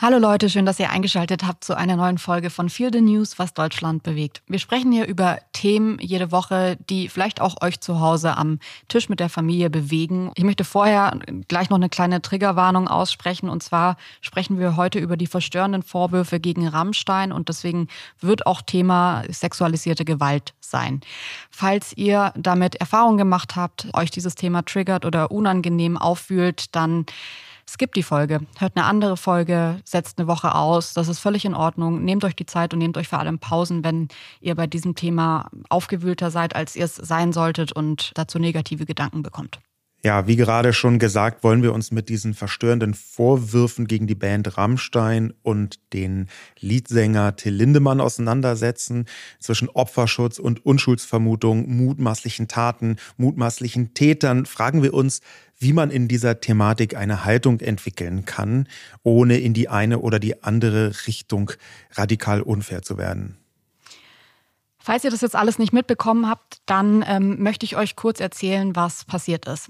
Hallo Leute, schön, dass ihr eingeschaltet habt zu einer neuen Folge von Feel the News, was Deutschland bewegt. Wir sprechen hier über Themen jede Woche, die vielleicht auch euch zu Hause am Tisch mit der Familie bewegen. Ich möchte vorher gleich noch eine kleine Triggerwarnung aussprechen. Und zwar sprechen wir heute über die verstörenden Vorwürfe gegen Rammstein und deswegen wird auch Thema sexualisierte Gewalt sein. Falls ihr damit Erfahrung gemacht habt, euch dieses Thema triggert oder unangenehm auffühlt, dann skippt die Folge, hört eine andere Folge, setzt eine Woche aus. Das ist völlig in Ordnung. Nehmt euch die Zeit und nehmt euch vor allem Pausen, wenn ihr bei diesem Thema aufgewühlter seid, als ihr es sein solltet und dazu negative Gedanken bekommt. Ja, wie gerade schon gesagt, wollen wir uns mit diesen verstörenden Vorwürfen gegen die Band Rammstein und den Leadsänger Till Lindemann auseinandersetzen. Zwischen Opferschutz und Unschuldsvermutung, mutmaßlichen Taten, mutmaßlichen Tätern fragen wir uns, wie man in dieser Thematik eine Haltung entwickeln kann, ohne in die eine oder die andere Richtung radikal unfair zu werden. Falls ihr das jetzt alles nicht mitbekommen habt, dann möchte ich euch kurz erzählen, was passiert ist.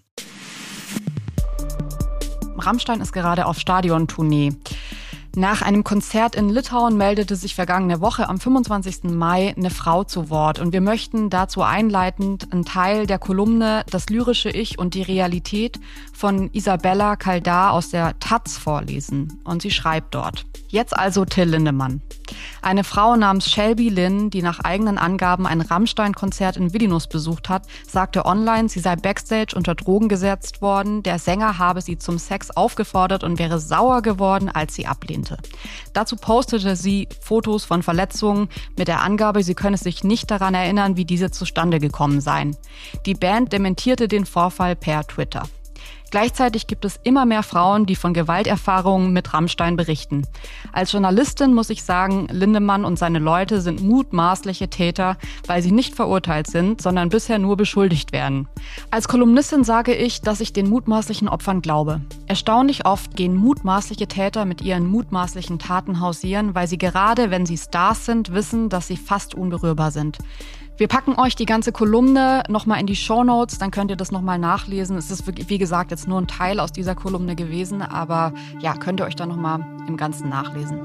Rammstein ist gerade auf Stadiontournee. Nach einem Konzert in Litauen meldete sich vergangene Woche am 25. Mai eine Frau zu Wort. Und wir möchten dazu einleitend einen Teil der Kolumne Das lyrische Ich und die Realität von Isabella Caldar aus der taz vorlesen. Und sie schreibt dort: Jetzt also Till Lindemann. Eine Frau namens Shelby Lynn, die nach eigenen Angaben ein Rammstein-Konzert in Vilnius besucht hat, sagte online, sie sei backstage unter Drogen gesetzt worden, der Sänger habe sie zum Sex aufgefordert und wäre sauer geworden, als sie ablehnte. Dazu postete sie Fotos von Verletzungen mit der Angabe, sie könne sich nicht daran erinnern, wie diese zustande gekommen seien. Die Band dementierte den Vorfall per Twitter. Gleichzeitig gibt es immer mehr Frauen, die von Gewalterfahrungen mit Rammstein berichten. Als Journalistin muss ich sagen, Lindemann und seine Leute sind mutmaßliche Täter, weil sie nicht verurteilt sind, sondern bisher nur beschuldigt werden. Als Kolumnistin sage ich, dass ich den mutmaßlichen Opfern glaube. Erstaunlich oft gehen mutmaßliche Täter mit ihren mutmaßlichen Taten hausieren, weil sie gerade, wenn sie Stars sind, wissen, dass sie fast unberührbar sind. Wir packen euch die ganze Kolumne nochmal in die Shownotes, dann könnt ihr das nochmal nachlesen. Es ist, wie gesagt, jetzt nur ein Teil aus dieser Kolumne gewesen, aber ja, könnt ihr euch dann nochmal im Ganzen nachlesen.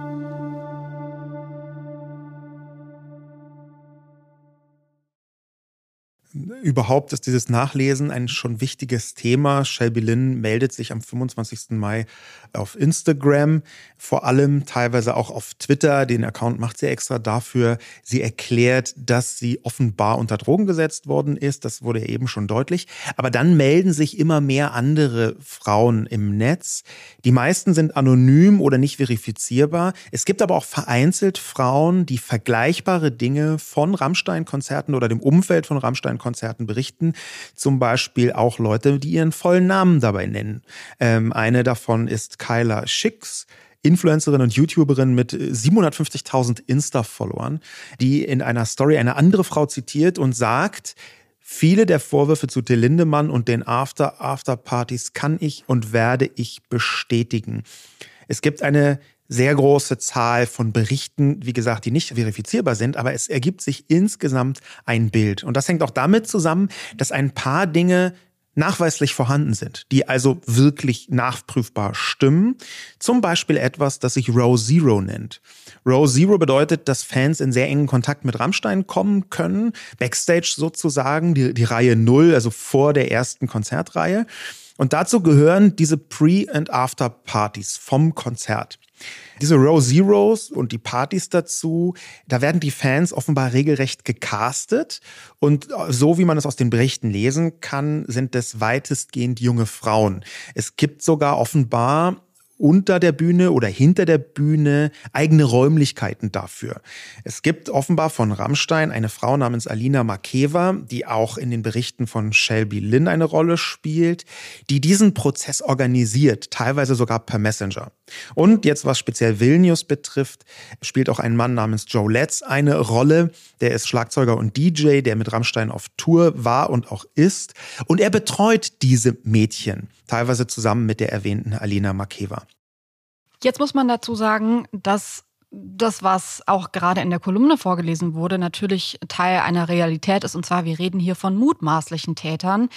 Überhaupt ist dieses Nachlesen ein schon wichtiges Thema. Shelby Lynn meldet sich am 25. Mai auf Instagram, vor allem teilweise auch auf Twitter. Den Account macht sie extra dafür. Sie erklärt, dass sie offenbar unter Drogen gesetzt worden ist. Das wurde eben schon deutlich. Aber dann melden sich immer mehr andere Frauen im Netz. Die meisten sind anonym oder nicht verifizierbar. Es gibt aber auch vereinzelt Frauen, die vergleichbare Dinge von Rammstein-Konzerten oder dem Umfeld von Rammstein-Konzerten berichten, zum Beispiel auch Leute, die ihren vollen Namen dabei nennen. Eine davon ist Kyla Schicks, Influencerin und YouTuberin mit 750.000 Insta-Followern, die in einer Story eine andere Frau zitiert und sagt: Viele der Vorwürfe zu Till Lindemann und den Afterpartys kann ich und werde ich bestätigen. Es gibt eine sehr große Zahl von Berichten, wie gesagt, die nicht verifizierbar sind, aber es ergibt sich insgesamt ein Bild. Und das hängt auch damit zusammen, dass ein paar Dinge nachweislich vorhanden sind, die also wirklich nachprüfbar stimmen. Zum Beispiel etwas, das sich Row Zero nennt. Row Zero bedeutet, dass Fans in sehr engen Kontakt mit Rammstein kommen können, Backstage sozusagen, die Reihe 0, also vor der ersten Konzertreihe. Und dazu gehören diese Pre- und After-Partys vom Konzert. Diese Row Zeros und die Partys dazu, da werden die Fans offenbar regelrecht gecastet. Und so wie man es aus den Berichten lesen kann, sind das weitestgehend junge Frauen. Es gibt sogar offenbar unter der Bühne oder hinter der Bühne eigene Räumlichkeiten dafür. Es gibt offenbar von Rammstein eine Frau namens Alina Makeva, die auch in den Berichten von Shelby Lynn eine Rolle spielt, die diesen Prozess organisiert, teilweise sogar per Messenger. Und jetzt, was speziell Vilnius betrifft, spielt auch ein Mann namens Joe Letz eine Rolle. Der ist Schlagzeuger und DJ, der mit Rammstein auf Tour war und auch ist. Und er betreut diese Mädchen, teilweise zusammen mit der erwähnten Alina Makeva. Jetzt muss man dazu sagen, dass das, was auch gerade in der Kolumne vorgelesen wurde, natürlich Teil einer Realität ist. Und zwar, wir reden hier von mutmaßlichen Tätern.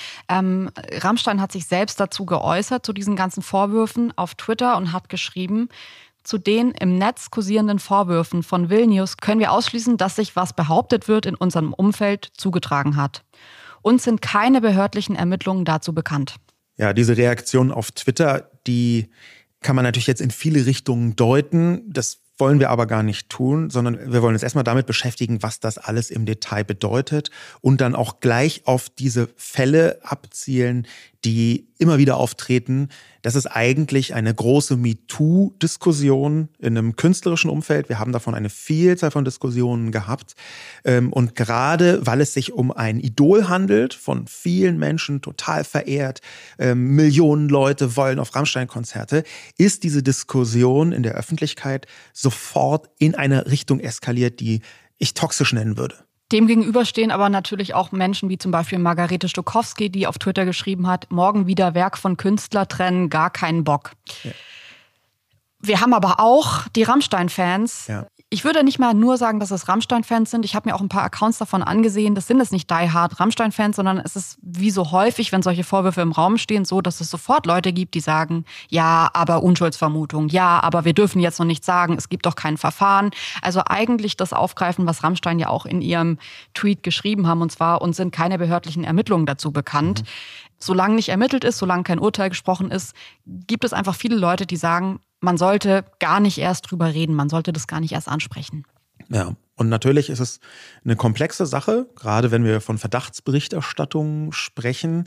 Rammstein hat sich selbst dazu geäußert, zu diesen ganzen Vorwürfen auf Twitter und hat geschrieben: Zu den im Netz kursierenden Vorwürfen von Vilnius können wir ausschließen, dass sich, was behauptet wird, in unserem Umfeld zugetragen hat. Uns sind keine behördlichen Ermittlungen dazu bekannt. Ja, diese Reaktion auf Twitter, die kann man natürlich jetzt in viele Richtungen deuten. Das wollen wir aber gar nicht tun, sondern wir wollen uns erstmal damit beschäftigen, was das alles im Detail bedeutet und dann auch gleich auf diese Fälle abzielen, die immer wieder auftreten. Das ist eigentlich eine große MeToo-Diskussion in einem künstlerischen Umfeld. Wir haben davon eine Vielzahl von Diskussionen gehabt. Und gerade weil es sich um ein Idol handelt, von vielen Menschen total verehrt, Millionen Leute wollen auf Rammstein-Konzerte, ist diese Diskussion in der Öffentlichkeit sofort in eine Richtung eskaliert, die ich toxisch nennen würde. Demgegenüber stehen aber natürlich auch Menschen wie zum Beispiel Margarete Stokowski, die auf Twitter geschrieben hat, morgen wieder Werk von Künstler trennen, gar keinen Bock. Ja. Wir haben aber auch die Rammstein-Fans. Ja. Ich würde nicht mal nur sagen, dass es Rammstein-Fans sind. Ich habe mir auch ein paar Accounts davon angesehen. Das sind es nicht die-hard Rammstein-Fans, sondern es ist wie so häufig, wenn solche Vorwürfe im Raum stehen, so, dass es sofort Leute gibt, die sagen, ja, aber Unschuldsvermutung, ja, aber wir dürfen jetzt noch nichts sagen, es gibt doch kein Verfahren. Also eigentlich das Aufgreifen, was Rammstein ja auch in ihrem Tweet geschrieben haben, und zwar, uns sind keine behördlichen Ermittlungen dazu bekannt. Solange nicht ermittelt ist, solange kein Urteil gesprochen ist, gibt es einfach viele Leute, die sagen, man sollte gar nicht erst drüber reden, man sollte das gar nicht erst ansprechen. Ja, und natürlich ist es eine komplexe Sache, gerade wenn wir von Verdachtsberichterstattung sprechen.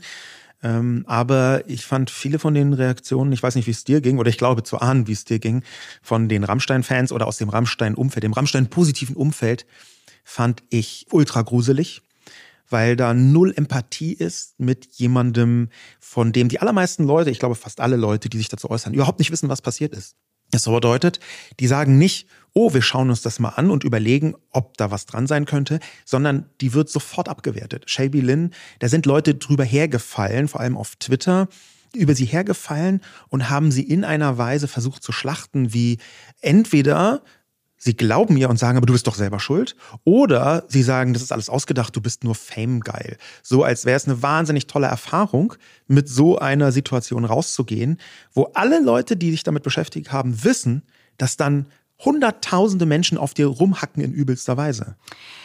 Aber ich fand viele von den Reaktionen, ich weiß nicht, wie es dir ging, oder ich glaube zu ahnen, wie es dir ging, von den Rammstein-Fans oder aus dem Rammstein-Umfeld, dem Rammstein-positiven Umfeld, fand ich ultra gruselig. Weil da null Empathie ist mit jemandem, von dem die allermeisten Leute, ich glaube fast alle Leute, die sich dazu äußern, überhaupt nicht wissen, was passiert ist. Das bedeutet, die sagen nicht, oh, wir schauen uns das mal an und überlegen, ob da was dran sein könnte, sondern die wird sofort abgewertet. Shelby Lynn, da sind Leute drüber hergefallen, vor allem auf Twitter, über sie hergefallen und haben sie in einer Weise versucht zu schlachten, wie entweder sie glauben ihr und sagen, aber du bist doch selber schuld. Oder sie sagen, das ist alles ausgedacht, du bist nur Fame-geil. So als wäre es eine wahnsinnig tolle Erfahrung, mit so einer Situation rauszugehen, wo alle Leute, die sich damit beschäftigt haben, wissen, dass dann hunderttausende Menschen auf dir rumhacken in übelster Weise.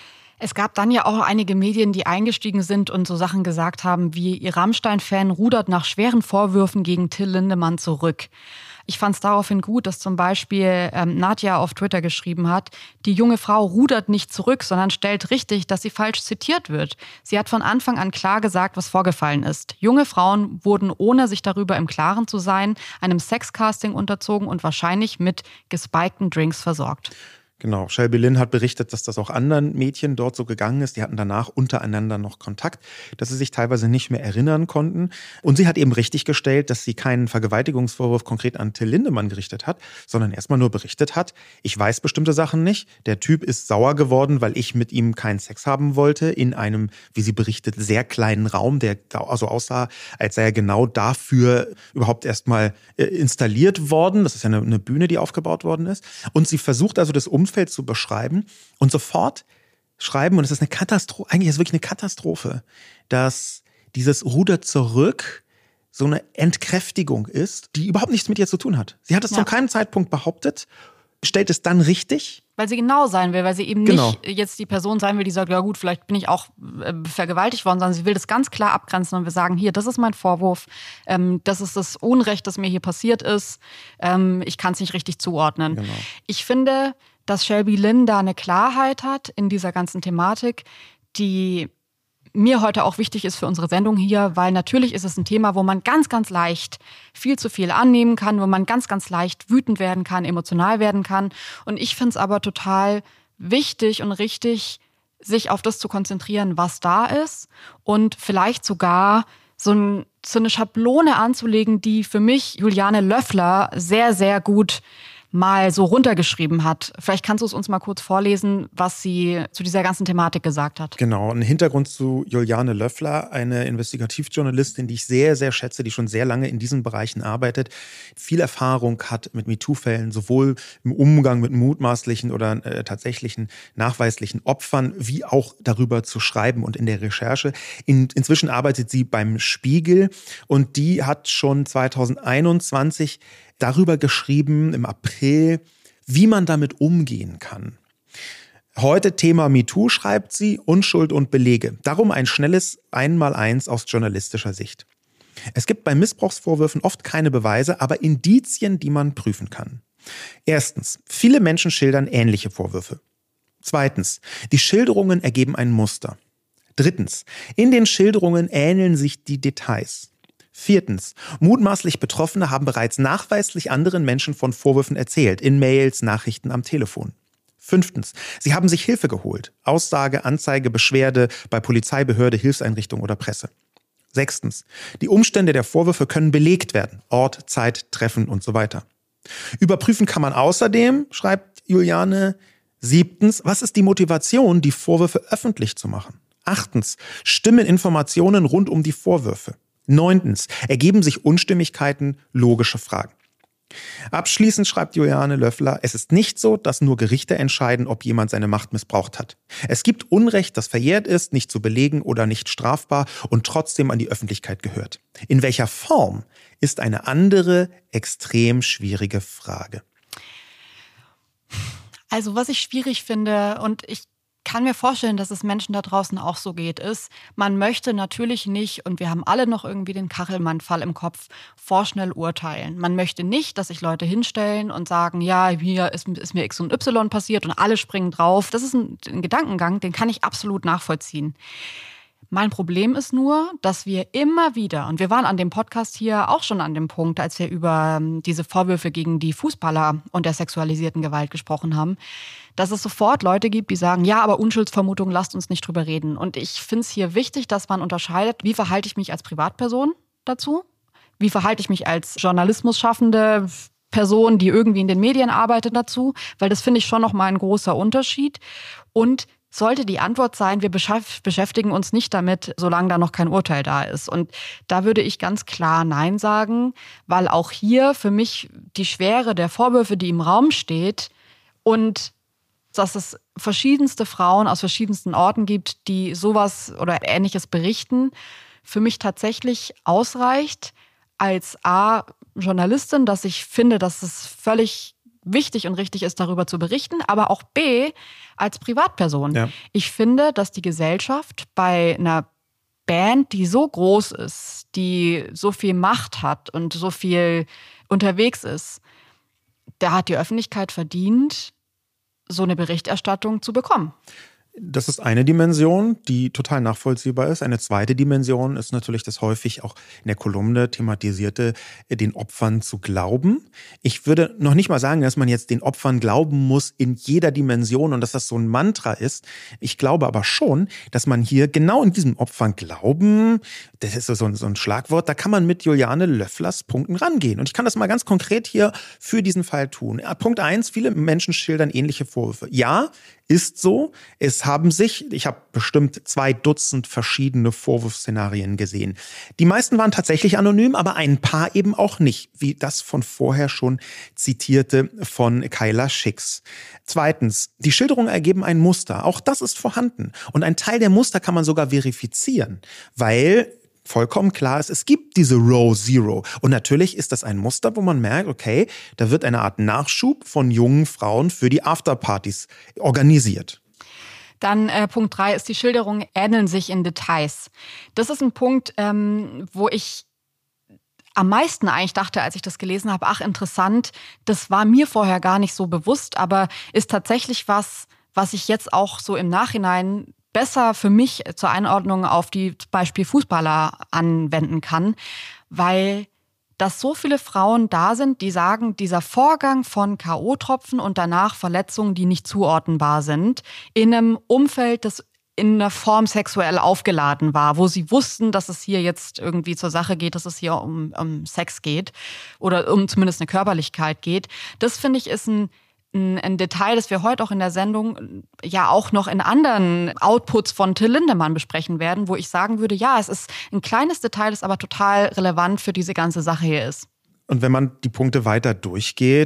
Es gab dann ja auch einige Medien, die eingestiegen sind und so Sachen gesagt haben, wie ihr Rammstein-Fan rudert nach schweren Vorwürfen gegen Till Lindemann zurück. Ich fand es daraufhin gut, dass zum Beispiel Nadja auf Twitter geschrieben hat, die junge Frau rudert nicht zurück, sondern stellt richtig, dass sie falsch zitiert wird. Sie hat von Anfang an klar gesagt, was vorgefallen ist. Junge Frauen wurden, ohne sich darüber im Klaren zu sein, einem Sexcasting unterzogen und wahrscheinlich mit gespikten Drinks versorgt. Genau, Shelby Lynn hat berichtet, dass das auch anderen Mädchen dort so gegangen ist. Die hatten danach untereinander noch Kontakt, dass sie sich teilweise nicht mehr erinnern konnten. Und sie hat eben richtiggestellt, dass sie keinen Vergewaltigungsvorwurf konkret an Till Lindemann gerichtet hat, sondern erstmal nur berichtet hat, ich weiß bestimmte Sachen nicht. Der Typ ist sauer geworden, weil ich mit ihm keinen Sex haben wollte, in einem, wie sie berichtet, sehr kleinen Raum, der also aussah, als sei er genau dafür überhaupt erstmal installiert worden. Das ist ja eine Bühne, die aufgebaut worden ist. Und sie versucht also das Umfeld zu beschreiben und sofort schreiben, und es ist eine Katastrophe, eigentlich ist es wirklich eine Katastrophe, dass dieses Ruder zurück so eine Entkräftigung ist, die überhaupt nichts mit ihr zu tun hat. Sie hat es zu keinem Zeitpunkt behauptet, stellt es dann richtig. Weil sie genau sein will, weil sie eben nicht jetzt die Person sein will, die sagt, ja gut, vielleicht bin ich auch vergewaltigt worden, sondern sie will das ganz klar abgrenzen und wir sagen, hier, das ist mein Vorwurf, das ist das Unrecht, das mir hier passiert ist, ich kann es nicht richtig zuordnen. Genau. Ich finde, dass Shelby Lynn da eine Klarheit hat in dieser ganzen Thematik, die mir heute auch wichtig ist für unsere Sendung hier, weil natürlich ist es ein Thema, wo man ganz, ganz leicht viel zu viel annehmen kann, wo man ganz, ganz leicht wütend werden kann, emotional werden kann. Und ich finde es aber total wichtig und richtig, sich auf das zu konzentrieren, was da ist und vielleicht sogar so eine Schablone anzulegen, die für mich Juliane Löffler sehr, sehr gut mal so runtergeschrieben hat. Vielleicht kannst du es uns mal kurz vorlesen, was sie zu dieser ganzen Thematik gesagt hat. Genau, ein Hintergrund zu Juliane Löffler, eine Investigativjournalistin, die ich sehr, sehr schätze, die schon sehr lange in diesen Bereichen arbeitet, viel Erfahrung hat mit MeToo-Fällen, sowohl im Umgang mit mutmaßlichen oder tatsächlichen nachweislichen Opfern, wie auch darüber zu schreiben und in der Recherche. Inzwischen arbeitet sie beim Spiegel und die hat schon 2021 darüber geschrieben im April, wie man damit umgehen kann. Heute Thema MeToo, schreibt sie, Unschuld und Belege. Darum ein schnelles Einmaleins aus journalistischer Sicht. Es gibt bei Missbrauchsvorwürfen oft keine Beweise, aber Indizien, die man prüfen kann. Erstens, viele Menschen schildern ähnliche Vorwürfe. Zweitens, die Schilderungen ergeben ein Muster. Drittens, in den Schilderungen ähneln sich die Details. Viertens, mutmaßlich Betroffene haben bereits nachweislich anderen Menschen von Vorwürfen erzählt, in Mails, Nachrichten, am Telefon. Fünftens, sie haben sich Hilfe geholt, Aussage, Anzeige, Beschwerde bei Polizei, Behörde, Hilfseinrichtung oder Presse. Sechstens, die Umstände der Vorwürfe können belegt werden, Ort, Zeit, Treffen und so weiter. Überprüfen kann man außerdem, schreibt Juliane. Siebtens, was ist die Motivation, die Vorwürfe öffentlich zu machen? Achtens, stimmen Informationen rund um die Vorwürfe? Neuntens, ergeben sich Unstimmigkeiten, logische Fragen. Abschließend schreibt Juliane Löffler, es ist nicht so, dass nur Gerichte entscheiden, ob jemand seine Macht missbraucht hat. Es gibt Unrecht, das verjährt ist, nicht zu belegen oder nicht strafbar und trotzdem an die Öffentlichkeit gehört. In welcher Form ist eine andere, extrem schwierige Frage. Also was ich schwierig finde, und ich kann mir vorstellen, dass es Menschen da draußen auch so geht, ist, man möchte natürlich nicht, und wir haben alle noch irgendwie den Kachelmann-Fall im Kopf, vorschnell urteilen. Man möchte nicht, dass sich Leute hinstellen und sagen, ja, hier ist mir X und Y passiert und alle springen drauf. Das ist ein Gedankengang, den kann ich absolut nachvollziehen. Mein Problem ist nur, dass wir immer wieder, und wir waren an dem Podcast hier auch schon an dem Punkt, als wir über diese Vorwürfe gegen die Fußballer und der sexualisierten Gewalt gesprochen haben, dass es sofort Leute gibt, die sagen, ja, aber Unschuldsvermutung, lasst uns nicht drüber reden. Und ich finde es hier wichtig, dass man unterscheidet, wie verhalte ich mich als Privatperson dazu? Wie verhalte ich mich als Journalismus schaffende Person, die irgendwie in den Medien arbeitet, dazu? Weil das finde ich schon nochmal ein großer Unterschied. Und sollte die Antwort sein, wir beschäftigen uns nicht damit, solange da noch kein Urteil da ist. Und da würde ich ganz klar Nein sagen, weil auch hier für mich die Schwere der Vorwürfe, die im Raum steht, und dass es verschiedenste Frauen aus verschiedensten Orten gibt, die sowas oder Ähnliches berichten, für mich tatsächlich ausreicht als Journalistin, dass ich finde, dass es völlig wichtig und richtig ist, darüber zu berichten, aber auch B, als Privatperson. Ja. Ich finde, dass die Gesellschaft bei einer Band, die so groß ist, die so viel Macht hat und so viel unterwegs ist, da hat die Öffentlichkeit verdient, so eine Berichterstattung zu bekommen. Das ist eine Dimension, die total nachvollziehbar ist. Eine zweite Dimension ist natürlich das häufig auch in der Kolumne thematisierte, den Opfern zu glauben. Ich würde noch nicht mal sagen, dass man jetzt den Opfern glauben muss in jeder Dimension und dass das so ein Mantra ist. Ich glaube aber schon, dass man hier genau in diesem Opfern glauben, das ist so ein Schlagwort, da kann man mit Juliane Löfflers Punkten rangehen. Und ich kann das mal ganz konkret hier für diesen Fall tun. Punkt 1, viele Menschen schildern ähnliche Vorwürfe. Ja, ist so. Ich habe bestimmt 2 Dutzend verschiedene Vorwurfsszenarien gesehen. Die meisten waren tatsächlich anonym, aber ein paar eben auch nicht, wie das von vorher schon zitierte von Kayla Schicks. Zweitens, die Schilderungen ergeben ein Muster. Auch das ist vorhanden. Und ein Teil der Muster kann man sogar verifizieren, weil vollkommen klar ist, es gibt diese Row Zero. Und natürlich ist das ein Muster, wo man merkt, okay, da wird eine Art Nachschub von jungen Frauen für die Afterpartys organisiert. Dann Punkt 3 ist, die Schilderungen ähneln sich in Details. Das ist ein Punkt, wo ich am meisten eigentlich dachte, als ich das gelesen habe, ach interessant, das war mir vorher gar nicht so bewusst, aber ist tatsächlich was ich jetzt auch so im Nachhinein besser für mich zur Einordnung auf die Beispiel Fußballer anwenden kann, weil dass so viele Frauen da sind, die sagen, dieser Vorgang von K.O.-Tropfen und danach Verletzungen, die nicht zuordnenbar sind, in einem Umfeld, das in einer Form sexuell aufgeladen war, wo sie wussten, dass es hier jetzt irgendwie zur Sache geht, dass es hier um Sex geht oder um zumindest eine Körperlichkeit geht. Das finde ich ist ein Detail, das wir heute auch in der Sendung ja auch noch in anderen Outputs von Till Lindemann besprechen werden, wo ich sagen würde, ja, es ist ein kleines Detail, das aber total relevant für diese ganze Sache hier ist. Und wenn man die Punkte weiter durchgeht,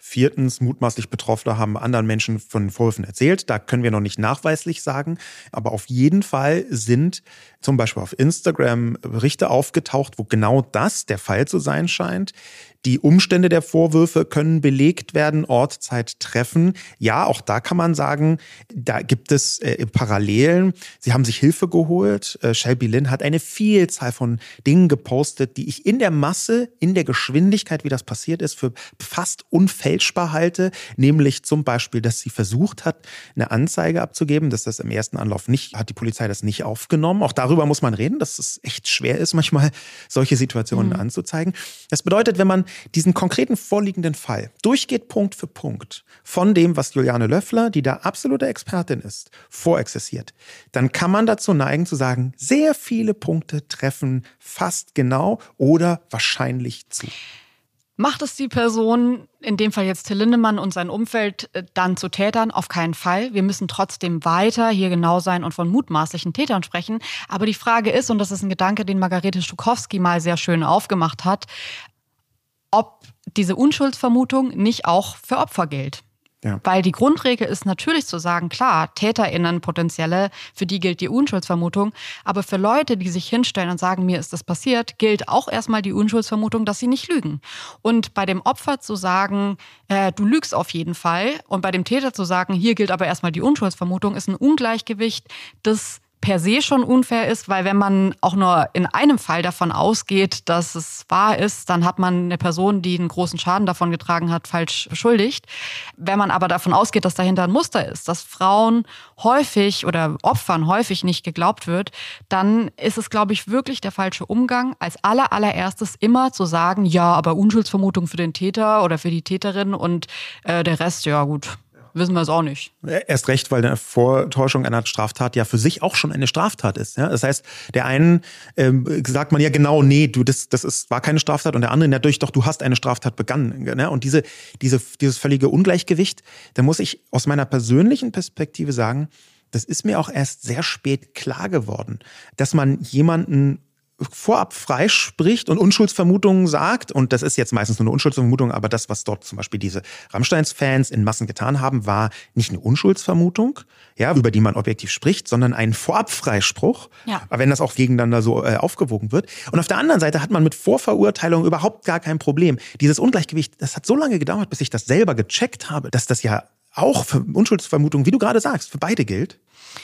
Viertens, mutmaßlich Betroffene haben anderen Menschen von Vorwürfen erzählt. Da können wir noch nicht nachweislich sagen. Aber auf jeden Fall sind zum Beispiel auf Instagram Berichte aufgetaucht, wo genau das der Fall zu sein scheint. Die Umstände der Vorwürfe können belegt werden, Ort, Zeit, Treffen. Ja, auch da kann man sagen, da gibt es Parallelen. Sie haben sich Hilfe geholt. Shelby Lynn hat eine Vielzahl von Dingen gepostet, die ich in der Masse, in der Geschwindigkeit, wie das passiert ist, für fast unfälschbar halte. Nämlich zum Beispiel, dass sie versucht hat, eine Anzeige abzugeben. Dass das im ersten Anlauf nicht, hat die Polizei das nicht aufgenommen. Auch darüber muss man reden, dass es echt schwer ist, manchmal solche Situationen anzuzeigen. Das bedeutet, wenn man diesen konkreten vorliegenden Fall durchgeht Punkt für Punkt von dem, was Juliane Löffler, die da absolute Expertin ist, vorexerziert, dann kann man dazu neigen zu sagen, sehr viele Punkte treffen fast genau oder wahrscheinlich zu. Macht es die Person, in dem Fall jetzt Till Lindemann und sein Umfeld, dann zu Tätern? Auf keinen Fall. Wir müssen trotzdem weiter hier genau sein und von mutmaßlichen Tätern sprechen. Aber die Frage ist, und das ist ein Gedanke, den Margarete Stokowski mal sehr schön aufgemacht hat, ob diese Unschuldsvermutung nicht auch für Opfer gilt. Ja. Weil die Grundregel ist natürlich zu sagen, klar, TäterInnen potenzielle, für die gilt die Unschuldsvermutung. Aber für Leute, die sich hinstellen und sagen, mir ist das passiert, gilt auch erstmal die Unschuldsvermutung, dass sie nicht lügen. Und bei dem Opfer zu sagen, du lügst auf jeden Fall, und bei dem Täter zu sagen, hier gilt aber erstmal die Unschuldsvermutung, ist ein Ungleichgewicht, das per se schon unfair ist, weil wenn man auch nur in einem Fall davon ausgeht, dass es wahr ist, dann hat man eine Person, die einen großen Schaden davon getragen hat, falsch beschuldigt. Wenn man aber davon ausgeht, dass dahinter ein Muster ist, dass Frauen häufig oder Opfern häufig nicht geglaubt wird, dann ist es, glaube ich, wirklich der falsche Umgang, als allererstes immer zu sagen, ja, aber Unschuldsvermutung für den Täter oder für die Täterin und der Rest, ja gut. Wissen wir es auch nicht. Erst recht, weil eine Vortäuschung einer Straftat ja für sich auch schon eine Straftat ist. Ja? Das heißt, der einen sagt man ja genau, nee, war keine Straftat, und der andere, natürlich doch, du hast eine Straftat begangen. Ne? Und dieses völlige Ungleichgewicht, da muss ich aus meiner persönlichen Perspektive sagen, das ist mir auch erst sehr spät klar geworden, dass man jemanden vorab freispricht und Unschuldsvermutungen sagt, und das ist jetzt meistens nur eine Unschuldsvermutung, aber das, was dort zum Beispiel diese Rammsteins-Fans in Massen getan haben, war nicht eine Unschuldsvermutung, ja, über die man objektiv spricht, sondern ein Vorabfreispruch, wenn das auch gegeneinander so aufgewogen wird. Und auf der anderen Seite hat man mit Vorverurteilung überhaupt gar kein Problem. Dieses Ungleichgewicht, das hat so lange gedauert, bis ich das selber gecheckt habe, dass das ja auch für Unschuldsvermutungen, wie du gerade sagst, für beide gilt.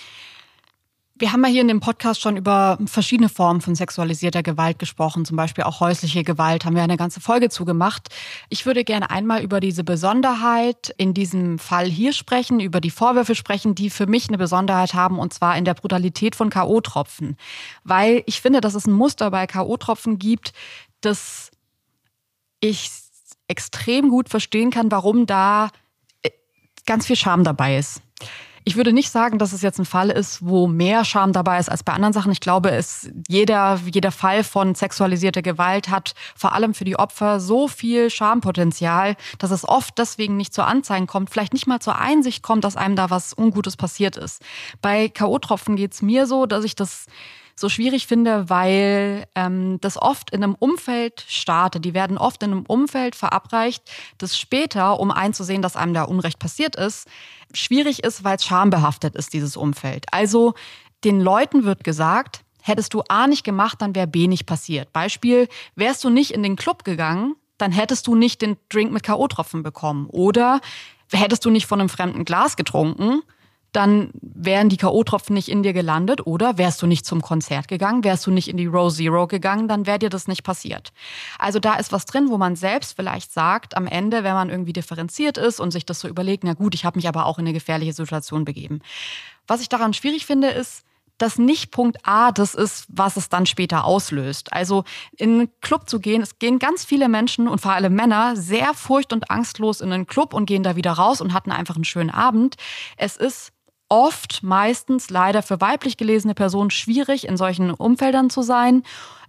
Wir haben ja hier in dem Podcast schon über verschiedene Formen von sexualisierter Gewalt gesprochen, zum Beispiel auch häusliche Gewalt, haben wir eine ganze Folge zugemacht. Ich würde gerne einmal über diese Besonderheit in diesem Fall hier sprechen, über die Vorwürfe sprechen, die für mich eine Besonderheit haben, und zwar in der Brutalität von K.O.-Tropfen. Weil ich finde, dass es ein Muster bei K.O.-Tropfen gibt, das ich extrem gut verstehen kann, warum da ganz viel Scham dabei ist. Ich würde nicht sagen, dass es jetzt ein Fall ist, wo mehr Scham dabei ist als bei anderen Sachen. Ich glaube, jeder Fall von sexualisierter Gewalt hat vor allem für die Opfer so viel Schampotenzial, dass es oft deswegen nicht zur Anzeigen kommt, vielleicht nicht mal zur Einsicht kommt, dass einem da was Ungutes passiert ist. Bei K.O.-Tropfen geht es mir so, dass ich das so schwierig finde, weil das oft in einem Umfeld startet. Die werden oft in einem Umfeld verabreicht, das später, um einzusehen, dass einem da Unrecht passiert ist, schwierig ist, weil es schambehaftet ist, dieses Umfeld. Also den Leuten wird gesagt, hättest du A nicht gemacht, dann wäre B nicht passiert. Beispiel, wärst du nicht in den Club gegangen, dann hättest du nicht den Drink mit K.O.-Tropfen bekommen. Oder hättest du nicht von einem fremden Glas getrunken, dann wären die K.O.-Tropfen nicht in dir gelandet. Oder wärst du nicht zum Konzert gegangen, wärst du nicht in die Row Zero gegangen, dann wäre dir das nicht passiert. Also da ist was drin, wo man selbst vielleicht sagt, am Ende, wenn man irgendwie differenziert ist und sich das so überlegt, na gut, ich habe mich aber auch in eine gefährliche Situation begeben. Was ich daran schwierig finde, ist, dass nicht Punkt A das ist, was es dann später auslöst. Also in einen Club zu gehen, es gehen ganz viele Menschen und vor allem Männer sehr furcht- und angstlos in einen Club und gehen da wieder raus und hatten einfach einen schönen Abend. Es ist meistens leider für weiblich gelesene Personen schwierig, in solchen Umfeldern zu sein,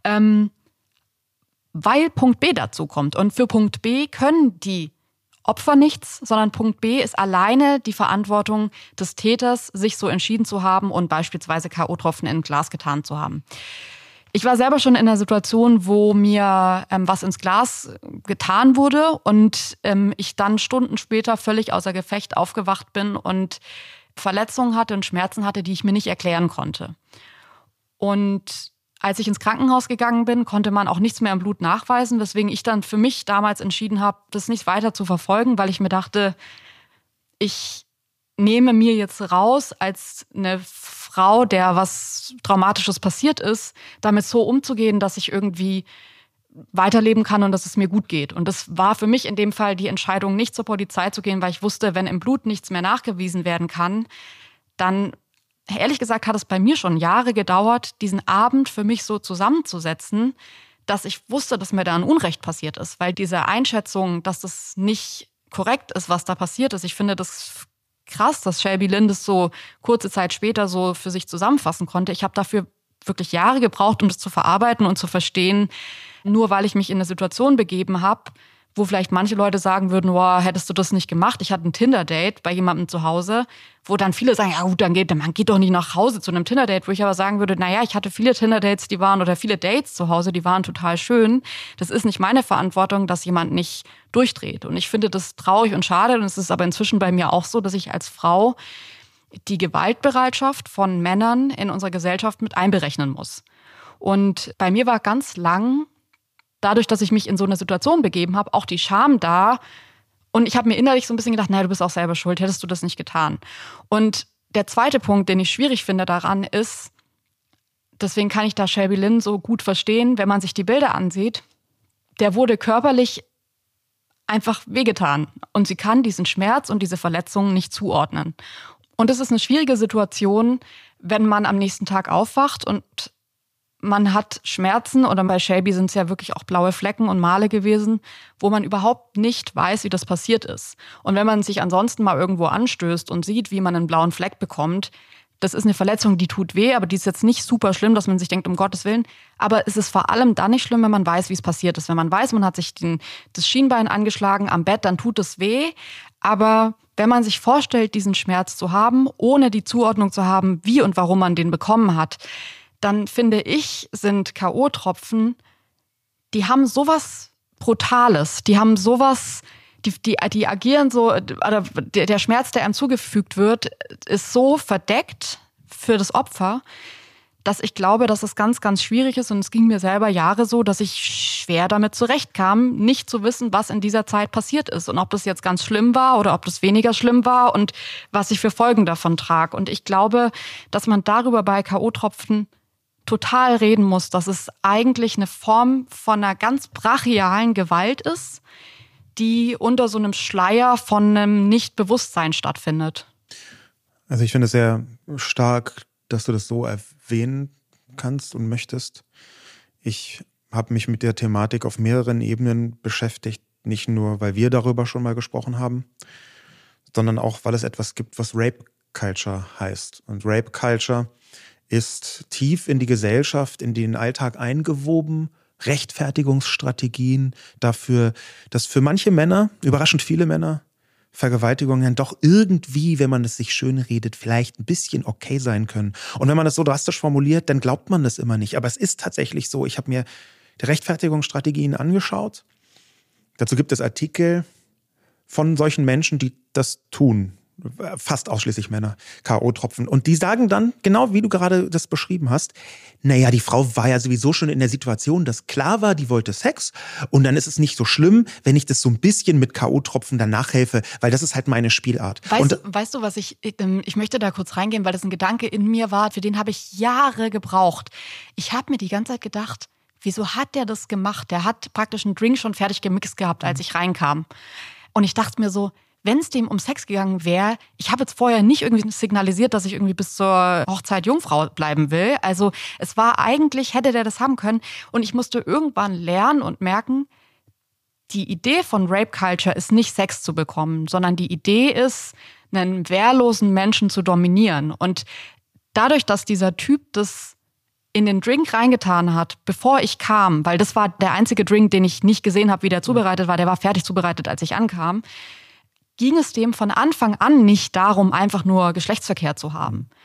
weil Punkt B dazu kommt. Und für Punkt B können die Opfer nichts, sondern Punkt B ist alleine die Verantwortung des Täters, sich so entschieden zu haben und beispielsweise K.O.-Tropfen in ein Glas getan zu haben. Ich war selber schon in einer Situation, wo mir was ins Glas getan wurde und ich dann Stunden später völlig außer Gefecht aufgewacht bin und Verletzungen hatte und Schmerzen hatte, die ich mir nicht erklären konnte. Und als ich ins Krankenhaus gegangen bin, konnte man auch nichts mehr im Blut nachweisen, weswegen ich dann für mich damals entschieden habe, das nicht weiter zu verfolgen, weil ich mir dachte, ich nehme mir jetzt raus, als eine Frau, der was Traumatisches passiert ist, damit so umzugehen, dass ich irgendwie weiterleben kann und dass es mir gut geht. Und das war für mich in dem Fall die Entscheidung, nicht zur Polizei zu gehen, weil ich wusste, wenn im Blut nichts mehr nachgewiesen werden kann, dann, ehrlich gesagt, hat es bei mir schon Jahre gedauert, diesen Abend für mich so zusammenzusetzen, dass ich wusste, dass mir da ein Unrecht passiert ist. Weil diese Einschätzung, dass das nicht korrekt ist, was da passiert ist, ich finde das krass, dass Shelby Lynn das so kurze Zeit später so für sich zusammenfassen konnte. Ich habe dafür wirklich Jahre gebraucht, um das zu verarbeiten und zu verstehen, nur weil ich mich in eine Situation begeben habe, wo vielleicht manche Leute sagen würden, wow, hättest du das nicht gemacht? Ich hatte ein Tinder-Date bei jemandem zu Hause, wo dann viele sagen, ja gut, man geht doch nicht nach Hause zu einem Tinder-Date, wo ich aber sagen würde, naja, ich hatte viele Tinder-Dates, oder viele Dates zu Hause, die waren total schön. Das ist nicht meine Verantwortung, dass jemand nicht durchdreht. Und ich finde das traurig und schade. Und es ist aber inzwischen bei mir auch so, dass ich als Frau die Gewaltbereitschaft von Männern in unserer Gesellschaft mit einberechnen muss. Und bei mir war ganz lang, dadurch, dass ich mich in so eine Situation begeben habe, auch die Scham da. Und ich habe mir innerlich so ein bisschen gedacht, naja, du bist auch selber schuld, hättest du das nicht getan. Und der zweite Punkt, den ich schwierig finde daran ist, deswegen kann ich da Shelby Lynn so gut verstehen, wenn man sich die Bilder ansieht, der wurde körperlich einfach wehgetan. Und sie kann diesen Schmerz und diese Verletzungen nicht zuordnen. Und es ist eine schwierige Situation, wenn man am nächsten Tag aufwacht und man hat Schmerzen, oder bei Shelby sind es ja wirklich auch blaue Flecken und Male gewesen, wo man überhaupt nicht weiß, wie das passiert ist. Und wenn man sich ansonsten mal irgendwo anstößt und sieht, wie man einen blauen Fleck bekommt, das ist eine Verletzung, die tut weh, aber die ist jetzt nicht super schlimm, dass man sich denkt, um Gottes Willen. Aber es ist vor allem dann nicht schlimm, wenn man weiß, wie es passiert ist. Wenn man weiß, man hat sich das Schienbein angeschlagen am Bett, dann tut es weh. Aber wenn man sich vorstellt, diesen Schmerz zu haben, ohne die Zuordnung zu haben, wie und warum man den bekommen hat, dann finde ich, sind K.O.-Tropfen, die haben sowas Brutales, die haben sowas, die agieren so, oder der Schmerz, der einem zugefügt wird, ist so verdeckt für das Opfer, dass ich glaube, dass es ganz, ganz schwierig ist. Und es ging mir selber Jahre so, dass ich schwer damit zurechtkam, nicht zu wissen, was in dieser Zeit passiert ist und ob das jetzt ganz schlimm war oder ob das weniger schlimm war und was ich für Folgen davon trage. Und ich glaube, dass man darüber bei K.O.-Tropfen total reden muss, dass es eigentlich eine Form von einer ganz brachialen Gewalt ist, die unter so einem Schleier von einem Nichtbewusstsein stattfindet. Also ich finde es sehr stark, dass du das so erwähnen kannst und möchtest. Ich habe mich mit der Thematik auf mehreren Ebenen beschäftigt, nicht nur, weil wir darüber schon mal gesprochen haben, sondern auch, weil es etwas gibt, was Rape Culture heißt. Und Rape Culture ist tief in die Gesellschaft, in den Alltag eingewoben, Rechtfertigungsstrategien dafür, dass für manche Männer, überraschend viele Männer, Vergewaltigungen dann doch irgendwie, wenn man es sich schön redet, vielleicht ein bisschen okay sein können. Und wenn man das so drastisch formuliert, dann glaubt man das immer nicht. Aber es ist tatsächlich so. Ich habe mir die Rechtfertigungsstrategien angeschaut. Dazu gibt es Artikel von solchen Menschen, die das tun. Fast ausschließlich Männer, K.O.-Tropfen. Und die sagen dann, genau wie du gerade das beschrieben hast, naja, die Frau war ja sowieso schon in der Situation, dass klar war, die wollte Sex. Und dann ist es nicht so schlimm, wenn ich das so ein bisschen mit K.O.-Tropfen danach helfe, weil das ist halt meine Spielart. Weißt du, was ich möchte da kurz reingehen, weil das ein Gedanke in mir war, für den habe ich Jahre gebraucht. Ich habe mir die ganze Zeit gedacht, wieso hat der das gemacht? Der hat praktisch einen Drink schon fertig gemixt gehabt, als ich reinkam. Und ich dachte mir so, wenn es dem um Sex gegangen wäre, ich habe jetzt vorher nicht irgendwie signalisiert, dass ich irgendwie bis zur Hochzeit Jungfrau bleiben will. Also es war eigentlich, hätte der das haben können. Und ich musste irgendwann lernen und merken, die Idee von Rape Culture ist nicht Sex zu bekommen, sondern die Idee ist, einen wehrlosen Menschen zu dominieren. Und dadurch, dass dieser Typ das in den Drink reingetan hat, bevor ich kam, weil das war der einzige Drink, den ich nicht gesehen habe, wie der zubereitet war, der war fertig zubereitet, als ich ankam, ging es dem von Anfang an nicht darum, einfach nur Geschlechtsverkehr zu haben,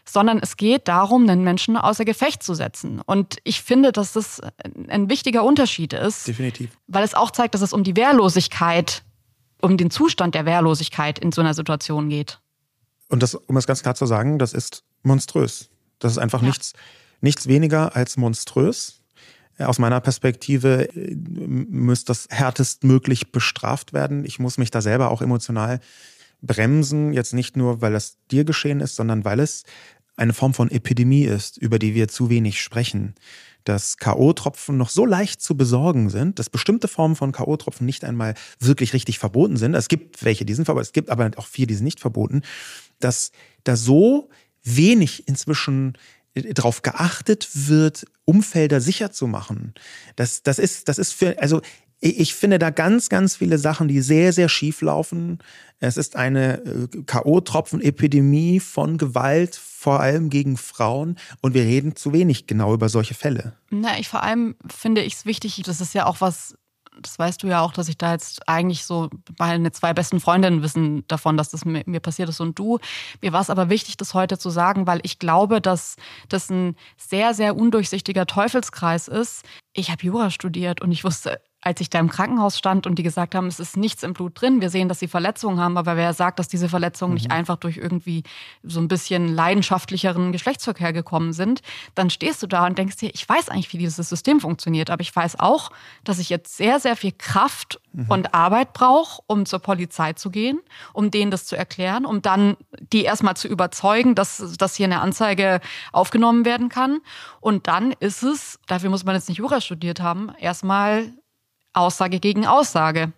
sondern es geht darum, einen Menschen außer Gefecht zu setzen. Und ich finde, dass das ein wichtiger Unterschied ist. Definitiv. Weil es auch zeigt, dass es um die Wehrlosigkeit, um den Zustand der Wehrlosigkeit in so einer Situation geht. Und das, um es ganz klar zu sagen, das ist monströs. Das ist einfach nichts weniger als monströs. Aus meiner Perspektive müsste das härtestmöglich bestraft werden. Ich muss mich da selber auch emotional bremsen. Jetzt nicht nur, weil es dir geschehen ist, sondern weil es eine Form von Epidemie ist, über die wir zu wenig sprechen. Dass K.O.-Tropfen noch so leicht zu besorgen sind, dass bestimmte Formen von K.O.-Tropfen nicht einmal wirklich richtig verboten sind. Es gibt welche, die sind verboten, es gibt aber auch viele, die sind nicht verboten. Dass da so wenig inzwischen darauf geachtet wird, Umfelder sicher zu machen. Das ist für, also ich finde da ganz, ganz viele Sachen, die sehr, sehr schief laufen. Es ist eine K.O.-Tropfen-Epidemie von Gewalt, vor allem gegen Frauen. Und wir reden zu wenig genau über solche Fälle. Vor allem finde ich es wichtig, das ist ja auch was, das weißt du ja auch, dass ich da jetzt eigentlich so, meine 2 besten Freundinnen wissen davon, dass das mir passiert ist und du. Mir war es aber wichtig, das heute zu sagen, weil ich glaube, dass das ein sehr, sehr undurchsichtiger Teufelskreis ist. Ich habe Jura studiert und ich wusste, als ich da im Krankenhaus stand und die gesagt haben, es ist nichts im Blut drin, wir sehen, dass sie Verletzungen haben, aber wer sagt, dass diese Verletzungen nicht einfach durch irgendwie so ein bisschen leidenschaftlicheren Geschlechtsverkehr gekommen sind, dann stehst du da und denkst dir, ich weiß eigentlich, wie dieses System funktioniert, aber ich weiß auch, dass ich jetzt sehr, sehr viel Kraft und Arbeit brauche, um zur Polizei zu gehen, um denen das zu erklären, um dann die erstmal zu überzeugen, dass hier eine Anzeige aufgenommen werden kann. Und dann ist es, dafür muss man jetzt nicht Jura studiert haben, erstmal Aussage gegen Aussage.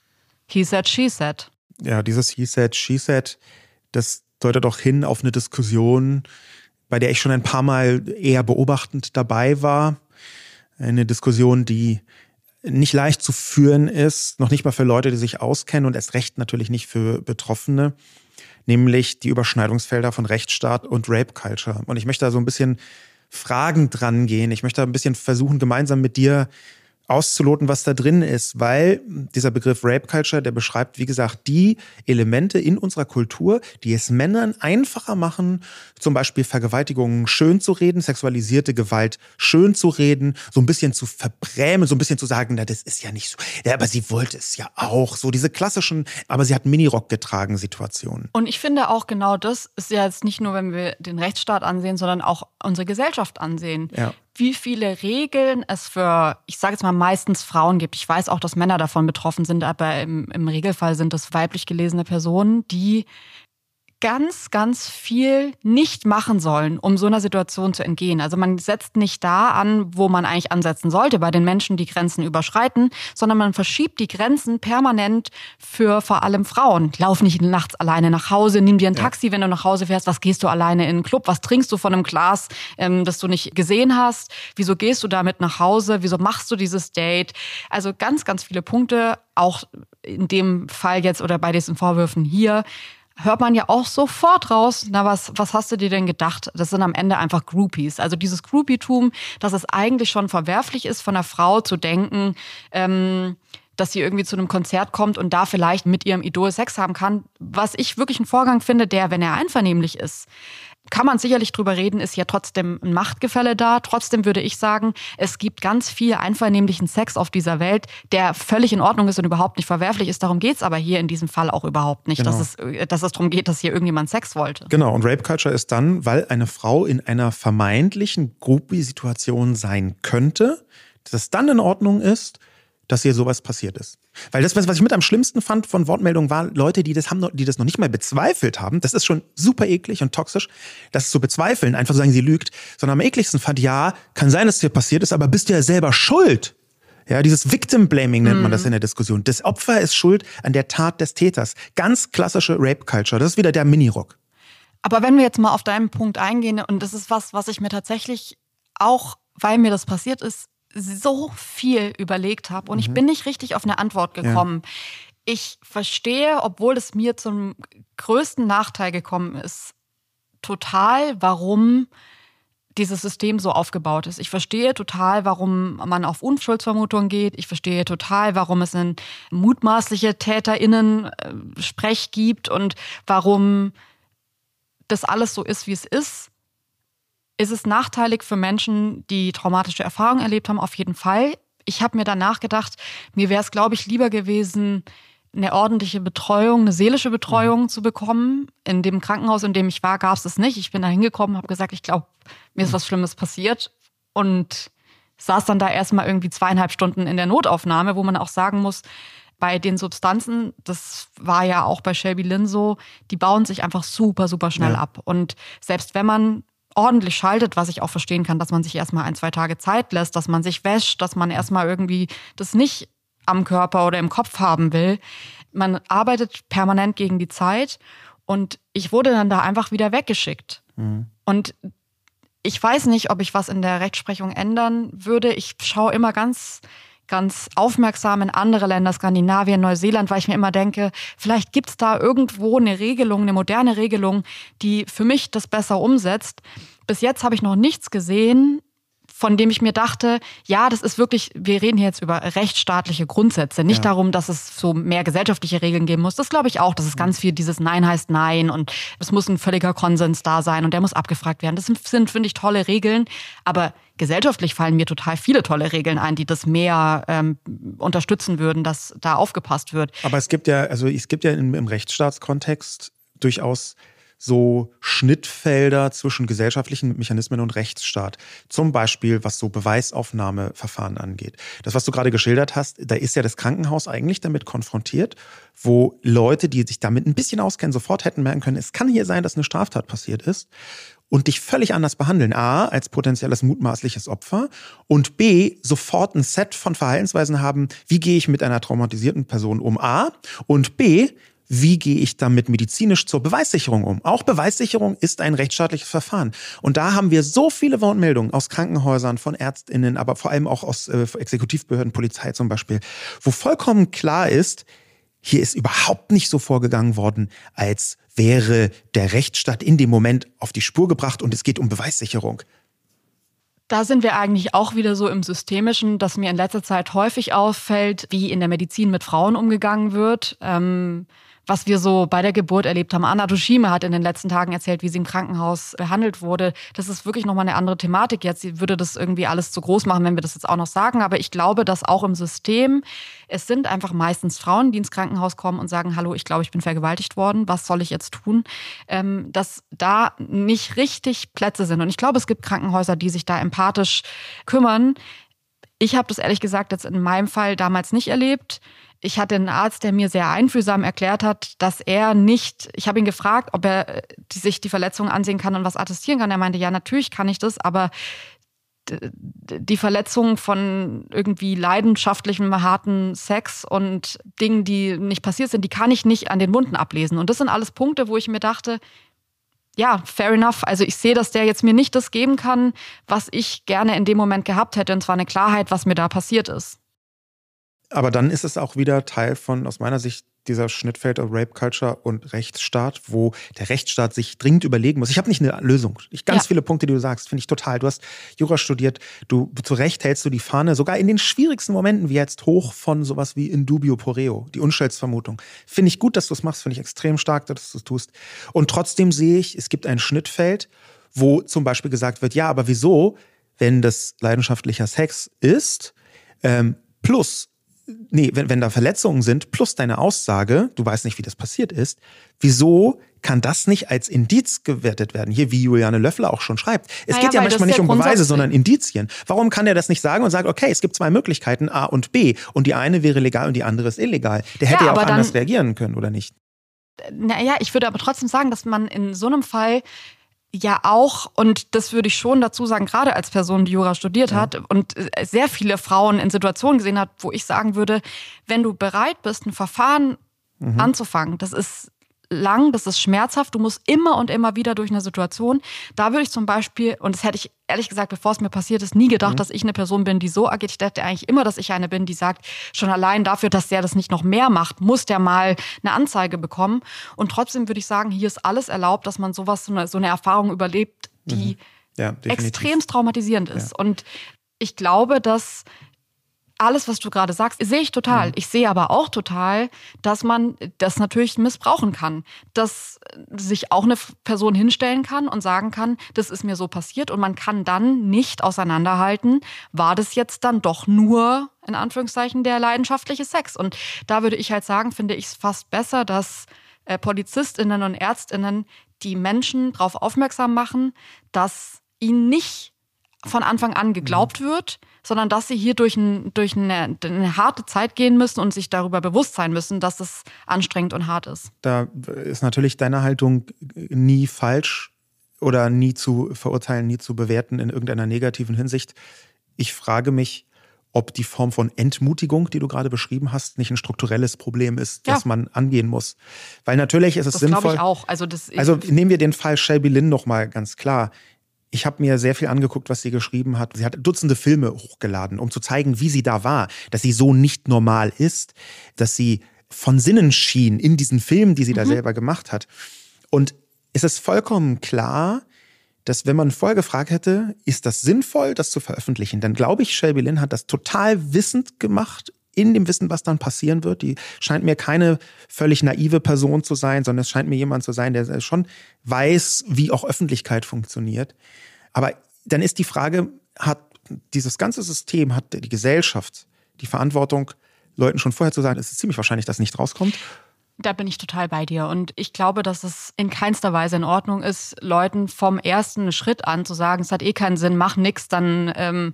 He said, she said. Ja, dieses he said, she said, das deutet doch hin auf eine Diskussion, bei der ich schon ein paar Mal eher beobachtend dabei war. Eine Diskussion, die nicht leicht zu führen ist, noch nicht mal für Leute, die sich auskennen und erst recht natürlich nicht für Betroffene, nämlich die Überschneidungsfelder von Rechtsstaat und Rape Culture. Und ich möchte da so ein bisschen fragend dran gehen. Ich möchte da ein bisschen versuchen, gemeinsam mit dir auszuloten, was da drin ist, weil dieser Begriff Rape Culture, der beschreibt, wie gesagt, die Elemente in unserer Kultur, die es Männern einfacher machen, zum Beispiel Vergewaltigungen schön zu reden, sexualisierte Gewalt schön zu reden, so ein bisschen zu verbrämen, so ein bisschen zu sagen, na, das ist ja nicht so, ja, aber sie wollte es ja auch, so diese klassischen, aber sie hat Minirock getragen Situationen. Und ich finde auch genau das ist ja jetzt nicht nur, wenn wir den Rechtsstaat ansehen, sondern auch unsere Gesellschaft ansehen. Ja. Wie viele Regeln es für, ich sage jetzt mal, meistens Frauen gibt. Ich weiß auch, dass Männer davon betroffen sind, aber im Regelfall sind das weiblich gelesene Personen, die ganz, ganz viel nicht machen sollen, um so einer Situation zu entgehen. Also man setzt nicht da an, wo man eigentlich ansetzen sollte, bei den Menschen, die Grenzen überschreiten, sondern man verschiebt die Grenzen permanent für vor allem Frauen. Lauf nicht nachts alleine nach Hause, nimm dir ein Taxi, wenn du nach Hause fährst. Was gehst du alleine in einen Club? Was trinkst du von einem Glas, das du nicht gesehen hast? Wieso gehst du damit nach Hause? Wieso machst du dieses Date? Also ganz, ganz viele Punkte, auch in dem Fall jetzt oder bei diesen Vorwürfen hier, hört man ja auch sofort raus, na was hast du dir denn gedacht? Das sind am Ende einfach Groupies. Also dieses Groupietum, dass es eigentlich schon verwerflich ist, von einer Frau zu denken, dass sie irgendwie zu einem Konzert kommt und da vielleicht mit ihrem Idol Sex haben kann. Was ich wirklich einen Vorgang finde, der, wenn er einvernehmlich ist, kann man sicherlich drüber reden, ist ja trotzdem ein Machtgefälle da. Trotzdem würde ich sagen, es gibt ganz viel einvernehmlichen Sex auf dieser Welt, der völlig in Ordnung ist und überhaupt nicht verwerflich ist. Darum geht's aber hier in diesem Fall auch überhaupt nicht, genau. dass es darum geht, dass hier irgendjemand Sex wollte. Genau, und Rape Culture ist dann, weil eine Frau in einer vermeintlichen Groupie-Situation sein könnte, dass es dann in Ordnung ist, dass hier sowas passiert ist. Weil das, was ich mit am schlimmsten fand von Wortmeldungen, war Leute, die das noch nicht mal bezweifelt haben. Das ist schon super eklig und toxisch, das zu bezweifeln, einfach zu sagen, sie lügt. Sondern am ekligsten fand, ja, kann sein, dass es dir passiert ist, aber bist du ja selber schuld. Ja, dieses Victim Blaming nennt man das in der Diskussion. Das Opfer ist schuld an der Tat des Täters. Ganz klassische Rape Culture. Das ist wieder der Minirock. Aber wenn wir jetzt mal auf deinen Punkt eingehen, und das ist was ich mir tatsächlich auch, weil mir das passiert ist, so viel überlegt habe und ich bin nicht richtig auf eine Antwort gekommen. Ja. Ich verstehe, obwohl es mir zum größten Nachteil gekommen ist, total, warum dieses System so aufgebaut ist. Ich verstehe total, warum man auf Unschuldsvermutungen geht. Ich verstehe total, warum es einen mutmaßliche TäterInnen-Sprech gibt und warum das alles so ist, wie es ist. ist es nachteilig für Menschen, die traumatische Erfahrungen erlebt haben, auf jeden Fall. Ich habe mir danach gedacht, mir wäre es, glaube ich, lieber gewesen, eine ordentliche Betreuung, eine seelische Betreuung zu bekommen. In dem Krankenhaus, in dem ich war, gab es das nicht. Ich bin da hingekommen, habe gesagt, ich glaube, mir ist was Schlimmes passiert und saß dann da erstmal irgendwie 2,5 Stunden in der Notaufnahme, wo man auch sagen muss, bei den Substanzen, das war ja auch bei Shelby Lynn so, die bauen sich einfach super, super schnell ab. Und selbst wenn man ordentlich schaltet, was ich auch verstehen kann, dass man sich erstmal 1-2 Tage Zeit lässt, dass man sich wäscht, dass man erstmal irgendwie das nicht am Körper oder im Kopf haben will. Man arbeitet permanent gegen die Zeit und ich wurde dann da einfach wieder weggeschickt. Und ich weiß nicht, ob ich was in der Rechtsprechung ändern würde. Ich schaue immer ganz aufmerksam in andere Länder, Skandinavien, Neuseeland, weil ich mir immer denke, vielleicht gibt es da irgendwo eine Regelung, eine moderne Regelung, die für mich das besser umsetzt. Bis jetzt habe ich noch nichts gesehen, von dem ich mir dachte, ja, das ist wirklich, wir reden hier jetzt über rechtsstaatliche Grundsätze, nicht darum, dass es so mehr gesellschaftliche Regeln geben muss. Das glaube ich auch, dass es ganz viel dieses Nein heißt Nein und es muss ein völliger Konsens da sein und der muss abgefragt werden. Das sind, finde ich, tolle Regeln, aber gesellschaftlich fallen mir total viele tolle Regeln ein, die das mehr unterstützen würden, dass da aufgepasst wird. Aber es gibt ja im Rechtsstaatskontext durchaus so Schnittfelder zwischen gesellschaftlichen Mechanismen und Rechtsstaat. Zum Beispiel, was so Beweisaufnahmeverfahren angeht. Das, was du gerade geschildert hast, da ist ja das Krankenhaus eigentlich damit konfrontiert, wo Leute, die sich damit ein bisschen auskennen, sofort hätten merken können, es kann hier sein, dass eine Straftat passiert ist und dich völlig anders behandeln. A, als potenzielles mutmaßliches Opfer und B, sofort ein Set von Verhaltensweisen haben, wie gehe ich mit einer traumatisierten Person um, A, und B, wie gehe ich damit medizinisch zur Beweissicherung um? Auch Beweissicherung ist ein rechtsstaatliches Verfahren. Und da haben wir so viele Wortmeldungen aus Krankenhäusern, von ÄrztInnen, aber vor allem auch aus Exekutivbehörden, Polizei zum Beispiel, wo vollkommen klar ist, hier ist überhaupt nicht so vorgegangen worden, als wäre der Rechtsstaat in dem Moment auf die Spur gebracht und es geht um Beweissicherung. Da sind wir eigentlich auch wieder so im Systemischen, dass mir in letzter Zeit häufig auffällt, wie in der Medizin mit Frauen umgegangen wird. Was wir so bei der Geburt erlebt haben. Anna Dushime hat in den letzten Tagen erzählt, wie sie im Krankenhaus behandelt wurde. Das ist wirklich nochmal eine andere Thematik. Jetzt würde das irgendwie alles zu groß machen, wenn wir das jetzt auch noch sagen. Aber ich glaube, dass auch im System, es sind einfach meistens Frauen, die ins Krankenhaus kommen und sagen, hallo, ich glaube, ich bin vergewaltigt worden. Was soll ich jetzt tun? Dass da nicht richtig Plätze sind. Und ich glaube, es gibt Krankenhäuser, die sich da empathisch kümmern. Ich habe das ehrlich gesagt jetzt in meinem Fall damals nicht erlebt. Ich hatte einen Arzt, der mir sehr einfühlsam erklärt hat, dass er nicht, ich habe ihn gefragt, ob er sich die Verletzungen ansehen kann und was attestieren kann. Er meinte, ja, natürlich kann ich das, aber die Verletzungen von irgendwie leidenschaftlichem, harten Sex und Dingen, die nicht passiert sind, die kann ich nicht an den Wunden ablesen. Und das sind alles Punkte, wo ich mir dachte, ja, fair enough. Also ich sehe, dass der jetzt mir nicht das geben kann, was ich gerne in dem Moment gehabt hätte, und zwar eine Klarheit, was mir da passiert ist. Aber dann ist es auch wieder Teil von, aus meiner Sicht, dieser Schnittfeld auf Rape Culture und Rechtsstaat, wo der Rechtsstaat sich dringend überlegen muss. Ich habe nicht eine Lösung. Ganz viele Punkte, die du sagst, finde ich total. Du hast Jura studiert, zu Recht hältst du die Fahne, sogar in den schwierigsten Momenten wie jetzt hoch von sowas wie in dubio pro reo, die Unschuldsvermutung. Finde ich gut, dass du es machst, finde ich extrem stark, dass du es tust. Und trotzdem sehe ich, es gibt ein Schnittfeld, wo zum Beispiel gesagt wird, ja, aber wieso, wenn das leidenschaftlicher Sex ist, wenn da Verletzungen sind, plus deine Aussage, du weißt nicht, wie das passiert ist, wieso kann das nicht als Indiz gewertet werden? Hier, wie Juliane Löffler auch schon schreibt. Es geht ja manchmal nicht um Beweise, sondern Indizien. Warum kann der das nicht sagen und sagt, okay, es gibt 2 Möglichkeiten, A und B, und die eine wäre legal und die andere ist illegal? Der hätte ja auch anders reagieren können, oder nicht? Naja, ich würde aber trotzdem sagen, dass man in so einem Fall ja auch, und das würde ich schon dazu sagen, gerade als Person, die Jura studiert hat und sehr viele Frauen in Situationen gesehen hat, wo ich sagen würde, wenn du bereit bist, ein Verfahren anzufangen, das ist lang, das ist schmerzhaft, du musst immer und immer wieder durch eine Situation. Da würde ich zum Beispiel, und das hätte ich ehrlich gesagt, bevor es mir passiert ist, nie gedacht, dass ich eine Person bin, die so agiert. Ich dachte eigentlich immer, dass ich eine bin, die sagt, schon allein dafür, dass der das nicht noch mehr macht, muss der mal eine Anzeige bekommen. Und trotzdem würde ich sagen, hier ist alles erlaubt, dass man so eine Erfahrung überlebt, die extremst traumatisierend ist. Und ich glaube, dass Alles, was du gerade sagst, sehe ich total. Ich sehe aber auch total, dass man das natürlich missbrauchen kann. Dass sich auch eine Person hinstellen kann und sagen kann, das ist mir so passiert. Und man kann dann nicht auseinanderhalten, war das jetzt dann doch nur, in Anführungszeichen, der leidenschaftliche Sex. Und da würde ich halt sagen, finde ich es fast besser, dass PolizistInnen und ÄrztInnen die Menschen darauf aufmerksam machen, dass ihnen nicht von Anfang an geglaubt wird, sondern dass sie hier durch eine harte Zeit gehen müssen und sich darüber bewusst sein müssen, dass es anstrengend und hart ist. Da ist natürlich deine Haltung nie falsch oder nie zu verurteilen, nie zu bewerten in irgendeiner negativen Hinsicht. Ich frage mich, ob die Form von Entmutigung, die du gerade beschrieben hast, nicht ein strukturelles Problem ist, das man angehen muss. Weil natürlich ist es sinnvoll. Das glaube ich auch. Also nehmen wir den Fall Shelby Lynn nochmal ganz klar. Ich habe mir sehr viel angeguckt, was sie geschrieben hat. Sie hat Dutzende Filme hochgeladen, um zu zeigen, wie sie da war, dass sie so nicht normal ist, dass sie von Sinnen schien in diesen Filmen, die sie da selber gemacht hat. Und es ist vollkommen klar, dass wenn man vorher gefragt hätte, ist das sinnvoll, das zu veröffentlichen, dann glaube ich, Shelby Lynn hat das total wissend gemacht, in dem Wissen, was dann passieren wird. Die scheint mir keine völlig naive Person zu sein, sondern es scheint mir jemand zu sein, der schon weiß, wie auch Öffentlichkeit funktioniert. Aber dann ist die Frage, hat dieses ganze System, hat die Gesellschaft die Verantwortung, Leuten schon vorher zu sagen, es ist ziemlich wahrscheinlich, dass nicht rauskommt? Da bin ich total bei dir. Und ich glaube, dass es in keinster Weise in Ordnung ist, Leuten vom ersten Schritt an zu sagen, es hat eh keinen Sinn, mach nix, dann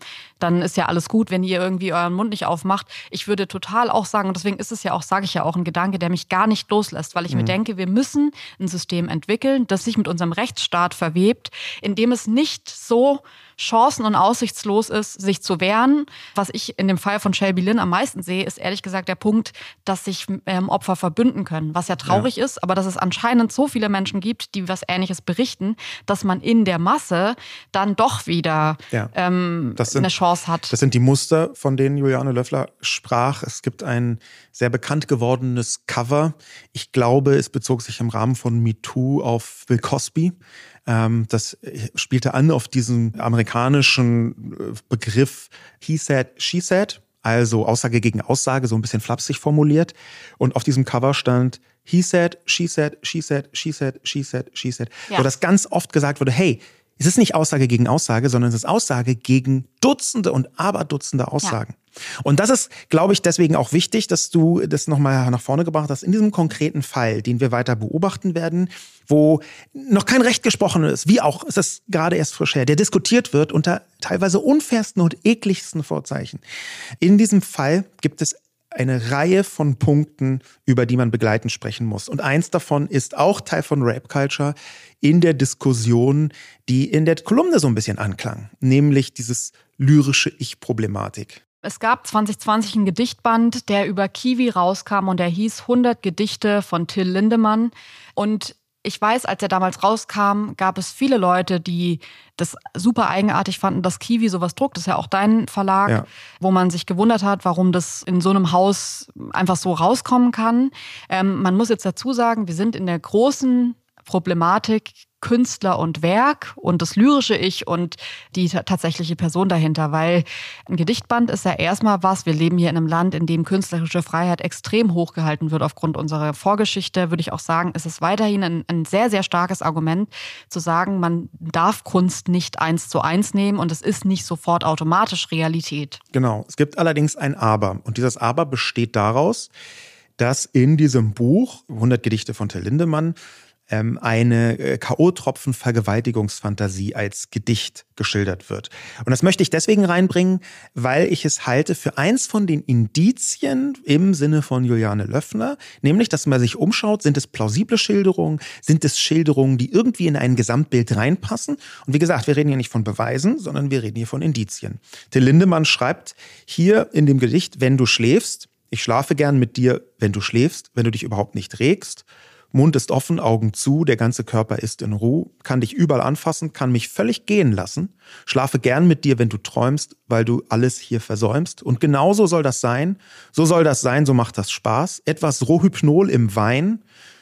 ist ja alles gut, wenn ihr irgendwie euren Mund nicht aufmacht. Ich würde total auch sagen, und deswegen ist es ja auch, sage ich ja auch, ein Gedanke, der mich gar nicht loslässt, weil ich mir denke, wir müssen ein System entwickeln, das sich mit unserem Rechtsstaat verwebt, in dem es nicht so chancen- und aussichtslos ist, sich zu wehren. Was ich in dem Fall von Shelby Lynn am meisten sehe, ist ehrlich gesagt der Punkt, dass sich Opfer verbünden können. Was ja traurig ist, aber dass es anscheinend so viele Menschen gibt, die was Ähnliches berichten, dass man in der Masse dann doch wieder eine Chance hat. Das sind die Muster, von denen Juliane Löffler sprach. Es gibt ein sehr bekannt gewordenes Cover. Ich glaube, es bezog sich im Rahmen von MeToo auf Bill Cosby. Das spielte an auf diesen amerikanischen Begriff He said, she said, also Aussage gegen Aussage, so ein bisschen flapsig formuliert. Und auf diesem Cover stand He said, she said, she said, she said, she said, she said. Ja. So dass ganz oft gesagt wurde, hey, es ist nicht Aussage gegen Aussage, sondern es ist Aussage gegen Dutzende und Aberdutzende Aussagen. Ja. Und das ist, glaube ich, deswegen auch wichtig, dass du das nochmal nach vorne gebracht hast. In diesem konkreten Fall, den wir weiter beobachten werden, wo noch kein Recht gesprochen ist, wie auch, ist das gerade erst frisch her, der diskutiert wird unter teilweise unfairsten und ekligsten Vorzeichen. In diesem Fall gibt es eine Reihe von Punkten, über die man begleitend sprechen muss. Und eins davon ist auch Teil von Rape Culture in der Diskussion, die in der Kolumne so ein bisschen anklang, nämlich dieses lyrische Ich-Problematik. Es gab 2020 einen Gedichtband, der über Kiwi rauskam und der hieß 100 Gedichte von Till Lindemann. Und ich weiß, als er damals rauskam, gab es viele Leute, die das super eigenartig fanden, dass Kiwi sowas druckt. Das ist ja auch dein Verlag, wo man sich gewundert hat, warum das in so einem Haus einfach so rauskommen kann. Man muss jetzt dazu sagen, wir sind in der großen Problematik Künstler und Werk und das lyrische Ich und die tatsächliche Person dahinter, weil ein Gedichtband ist ja erstmal was, wir leben hier in einem Land, in dem künstlerische Freiheit extrem hochgehalten wird aufgrund unserer Vorgeschichte, würde ich auch sagen, ist es weiterhin ein sehr, sehr starkes Argument zu sagen, man darf Kunst nicht 1:1 nehmen und es ist nicht sofort automatisch Realität. Genau, es gibt allerdings ein Aber und dieses Aber besteht daraus, dass in diesem Buch 100 Gedichte von Till Lindemann eine K.O.-Tropfen-Vergewaltigungsfantasie als Gedicht geschildert wird. Und das möchte ich deswegen reinbringen, weil ich es halte für eins von den Indizien im Sinne von Juliane Löffler, nämlich, dass man sich umschaut, sind es plausible Schilderungen, sind es Schilderungen, die irgendwie in ein Gesamtbild reinpassen? Und wie gesagt, wir reden hier nicht von Beweisen, sondern wir reden hier von Indizien. Till Lindemann schreibt hier in dem Gedicht, wenn du schläfst, ich schlafe gern mit dir, wenn du schläfst, wenn du dich überhaupt nicht regst, Mund ist offen, Augen zu, der ganze Körper ist in Ruhe, kann dich überall anfassen, kann mich völlig gehen lassen, schlafe gern mit dir, wenn du träumst, weil du alles hier versäumst. Und genau so soll das sein, so macht das Spaß. Etwas Rohhypnol im Wein,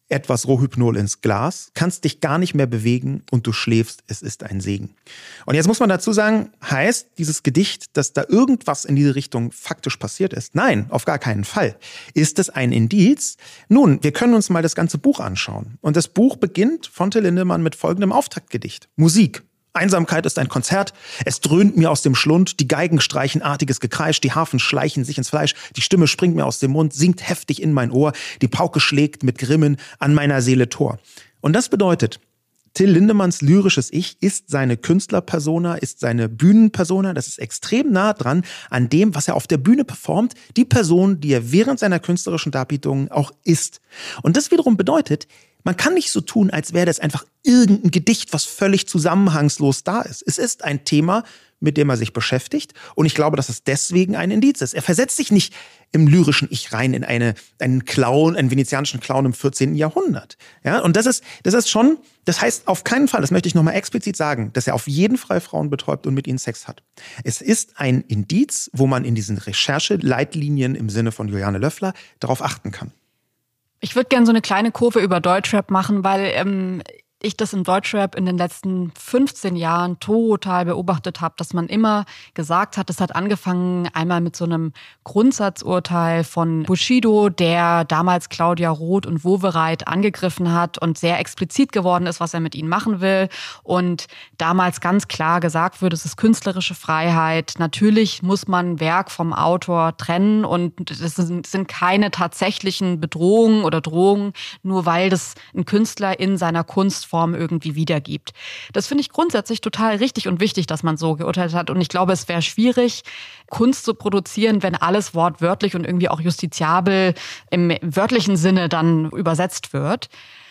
etwas Rohypnol ins Glas, kannst dich gar nicht mehr bewegen und du schläfst, es ist ein Segen. Und jetzt muss man dazu sagen, heißt dieses Gedicht, dass da irgendwas in diese Richtung faktisch passiert ist? Nein, auf gar keinen Fall. Ist es ein Indiz? Nun, wir können uns mal das ganze Buch anschauen. Und das Buch beginnt von Till Lindemann mit folgendem Auftaktgedicht. Musik. Einsamkeit ist ein Konzert, es dröhnt mir aus dem Schlund, die Geigen streichen artiges Gekreisch, die Harfen schleichen sich ins Fleisch, die Stimme springt mir aus dem Mund, singt heftig in mein Ohr, die Pauke schlägt mit Grimmen an meiner Seele Tor. Und das bedeutet, Till Lindemanns lyrisches Ich ist seine Künstlerpersona, ist seine Bühnenpersona, das ist extrem nah dran an dem, was er auf der Bühne performt, die Person, die er während seiner künstlerischen Darbietungen auch ist. Und das wiederum bedeutet, man kann nicht so tun, als wäre das einfach irgendein Gedicht, was völlig zusammenhangslos da ist. Es ist ein Thema, mit dem er sich beschäftigt. Und ich glaube, dass es deswegen ein Indiz ist. Er versetzt sich nicht im lyrischen Ich rein in einen Clown, einen venezianischen Clown im 14. Jahrhundert. Ja, und das ist schon, das heißt auf keinen Fall, das möchte ich nochmal explizit sagen, dass er auf jeden Fall Frauen betäubt und mit ihnen Sex hat. Es ist ein Indiz, wo man in diesen Rechercheleitlinien im Sinne von Juliane Löffler darauf achten kann. Ich würde gerne so eine kleine Kurve über Deutschrap machen, weil ich das im Deutschrap in den letzten 15 Jahren total beobachtet habe, dass man immer gesagt hat, es hat angefangen einmal mit so einem Grundsatzurteil von Bushido, der damals Claudia Roth und Wowereit angegriffen hat und sehr explizit geworden ist, was er mit ihnen machen will. Und damals ganz klar gesagt wird, es ist künstlerische Freiheit. Natürlich muss man Werk vom Autor trennen und es sind keine tatsächlichen Bedrohungen oder Drohungen, nur weil das ein Künstler in seiner Kunstform irgendwie wiedergibt. Das finde ich grundsätzlich total richtig und wichtig, dass man so geurteilt hat. Und ich glaube, es wäre schwierig, Kunst zu produzieren, wenn alles wortwörtlich und irgendwie auch justiziabel im wörtlichen Sinne dann übersetzt wird.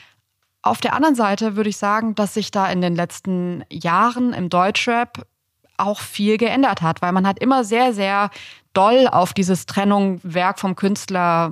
Auf der anderen Seite würde ich sagen, dass sich da in den letzten Jahren im Deutschrap auch viel geändert hat, weil man hat immer sehr, sehr doll auf dieses Trennung Werk vom Künstler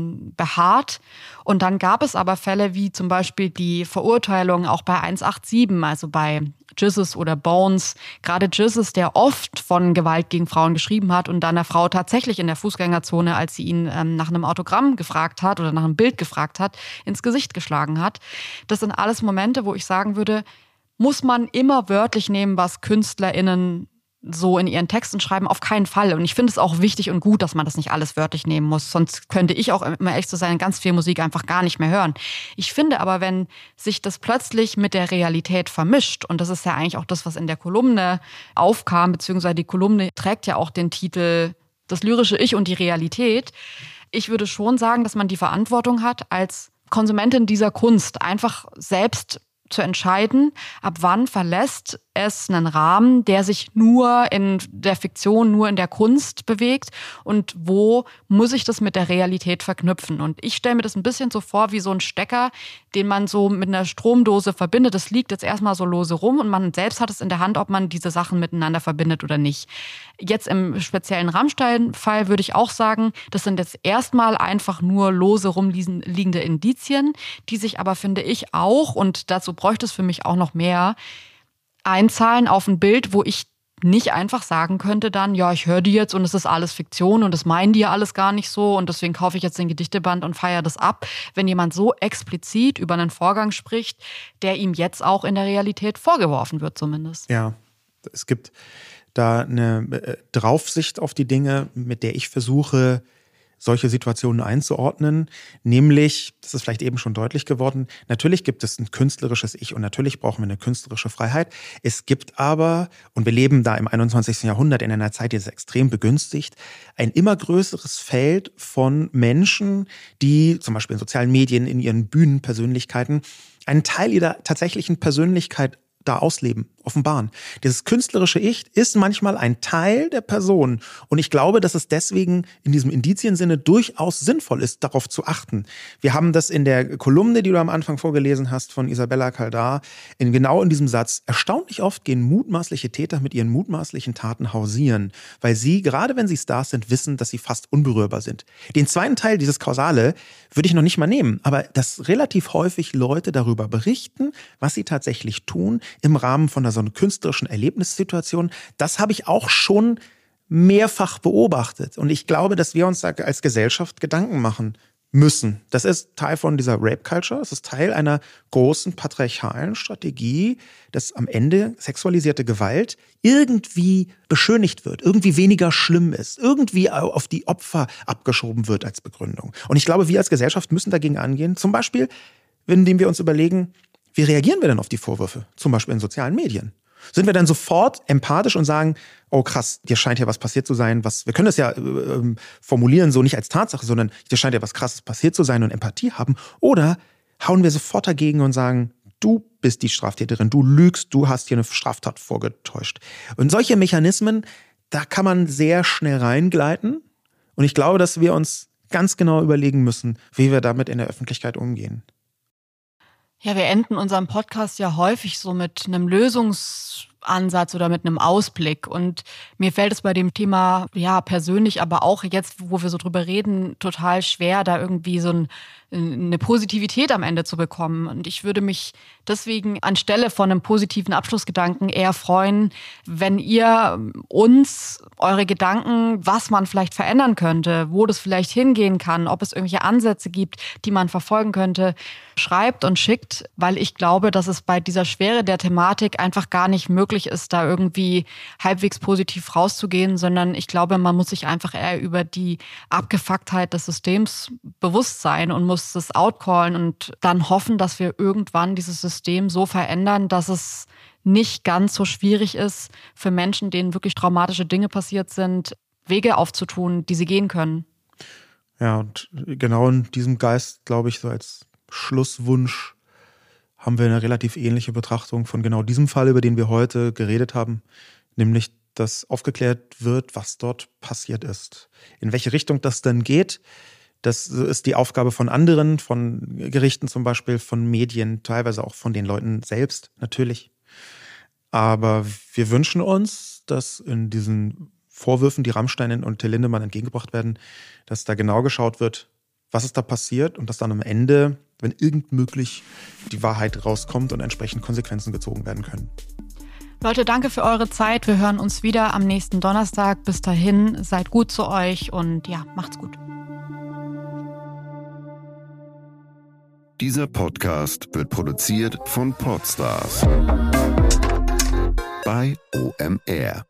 beharrt. Und dann gab es aber Fälle wie zum Beispiel die Verurteilung auch bei 187, also bei Jizzes oder Bones. Gerade Jizzes, der oft von Gewalt gegen Frauen geschrieben hat und dann einer Frau tatsächlich in der Fußgängerzone, als sie ihn nach einem Autogramm gefragt hat oder nach einem Bild gefragt hat, ins Gesicht geschlagen hat. Das sind alles Momente, wo ich sagen würde, muss man immer wörtlich nehmen, was KünstlerInnen so in ihren Texten schreiben? Auf keinen Fall. Und ich finde es auch wichtig und gut, dass man das nicht alles wörtlich nehmen muss. Sonst könnte ich auch, immer ehrlich zu sein, ganz viel Musik einfach gar nicht mehr hören. Ich finde aber, wenn sich das plötzlich mit der Realität vermischt, und das ist ja eigentlich auch das, was in der Kolumne aufkam, beziehungsweise die Kolumne trägt ja auch den Titel Das lyrische Ich und die Realität. Ich würde schon sagen, dass man die Verantwortung hat, als Konsumentin dieser Kunst einfach selbst zu entscheiden, ab wann verlässt es einen Rahmen, der sich nur in der Fiktion, nur in der Kunst bewegt und wo muss ich das mit der Realität verknüpfen. Und ich stelle mir das ein bisschen so vor wie so ein Stecker, den man so mit einer Stromdose verbindet. Das liegt jetzt erstmal so lose rum und man selbst hat es in der Hand, ob man diese Sachen miteinander verbindet oder nicht. Jetzt im speziellen Rammstein-Fall würde ich auch sagen, das sind jetzt erstmal einfach nur lose rumliegende Indizien, die sich aber, finde ich, auch, und dazu bräuchte es für mich auch noch mehr, einzahlen auf ein Bild, wo ich nicht einfach sagen könnte dann, ja, ich höre die jetzt und es ist alles Fiktion und das meinen die ja alles gar nicht so und deswegen kaufe ich jetzt den Gedichteband und feiere das ab. Wenn jemand so explizit über einen Vorgang spricht, der ihm jetzt auch in der Realität vorgeworfen wird zumindest. Ja, es gibt da eine Draufsicht auf die Dinge, mit der ich versuche, solche Situationen einzuordnen, nämlich, das ist vielleicht eben schon deutlich geworden, natürlich gibt es ein künstlerisches Ich und natürlich brauchen wir eine künstlerische Freiheit. Es gibt aber, und wir leben da im 21. Jahrhundert in einer Zeit, die es extrem begünstigt, ein immer größeres Feld von Menschen, die zum Beispiel in sozialen Medien, in ihren Bühnenpersönlichkeiten einen Teil ihrer tatsächlichen Persönlichkeit da ausleben, offenbaren. Dieses künstlerische Ich ist manchmal ein Teil der Person und ich glaube, dass es deswegen in diesem Indiziensinne durchaus sinnvoll ist, darauf zu achten. Wir haben das in der Kolumne, die du am Anfang vorgelesen hast von Isabella Caldar, genau in diesem Satz. Erstaunlich oft gehen mutmaßliche Täter mit ihren mutmaßlichen Taten hausieren, weil sie, gerade wenn sie Stars sind, wissen, dass sie fast unberührbar sind. Den zweiten Teil, dieses Kausale, würde ich noch nicht mal nehmen, aber dass relativ häufig Leute darüber berichten, was sie tatsächlich tun, im Rahmen von so einer künstlerischen Erlebnissituation, das habe ich auch schon mehrfach beobachtet. Und ich glaube, dass wir uns da als Gesellschaft Gedanken machen müssen. Das ist Teil von dieser Rape-Culture. Es ist Teil einer großen patriarchalen Strategie, dass am Ende sexualisierte Gewalt irgendwie beschönigt wird, irgendwie weniger schlimm ist, irgendwie auf die Opfer abgeschoben wird als Begründung. Und ich glaube, wir als Gesellschaft müssen dagegen angehen, zum Beispiel, indem wir uns überlegen, wie reagieren wir denn auf die Vorwürfe, zum Beispiel in sozialen Medien? Sind wir dann sofort empathisch und sagen, oh krass, dir scheint ja was passiert zu sein, wir können das ja formulieren, so nicht als Tatsache, sondern dir scheint ja was Krasses passiert zu sein und Empathie haben. Oder hauen wir sofort dagegen und sagen, du bist die Straftäterin, du lügst, du hast hier eine Straftat vorgetäuscht. Und solche Mechanismen, da kann man sehr schnell reingleiten. Und ich glaube, dass wir uns ganz genau überlegen müssen, wie wir damit in der Öffentlichkeit umgehen. Ja, wir enden unseren Podcast ja häufig so mit einem Lösungsansatz oder mit einem Ausblick. Und mir fällt es bei dem Thema, ja, persönlich, aber auch jetzt, wo wir so drüber reden, total schwer, da irgendwie so eine Positivität am Ende zu bekommen. Und ich würde mich deswegen anstelle von einem positiven Abschlussgedanken eher freuen, wenn ihr uns eure Gedanken, was man vielleicht verändern könnte, wo das vielleicht hingehen kann, ob es irgendwelche Ansätze gibt, die man verfolgen könnte, schreibt und schickt, weil ich glaube, dass es bei dieser Schwere der Thematik einfach gar nicht möglich ist, da irgendwie halbwegs positiv rauszugehen, sondern ich glaube, man muss sich einfach eher über die Abgefucktheit des Systems bewusst sein und muss das outcallen und dann hoffen, dass wir irgendwann dieses System so verändern, dass es nicht ganz so schwierig ist, für Menschen, denen wirklich traumatische Dinge passiert sind, Wege aufzutun, die sie gehen können. Ja, und genau in diesem Geist, glaube ich, so als Schlusswunsch haben wir eine relativ ähnliche Betrachtung von genau diesem Fall, über den wir heute geredet haben, nämlich, dass aufgeklärt wird, was dort passiert ist. In welche Richtung das dann geht, das ist die Aufgabe von anderen, von Gerichten zum Beispiel, von Medien, teilweise auch von den Leuten selbst natürlich. Aber wir wünschen uns, dass in diesen Vorwürfen, die Rammstein und Till Lindemann entgegengebracht werden, dass da genau geschaut wird, was ist da passiert und dass dann am Ende, wenn irgend möglich, die Wahrheit rauskommt und entsprechend Konsequenzen gezogen werden können. Leute, danke für eure Zeit. Wir hören uns wieder am nächsten Donnerstag. Bis dahin, seid gut zu euch und ja, macht's gut. Dieser Podcast wird produziert von Podstars bei OMR.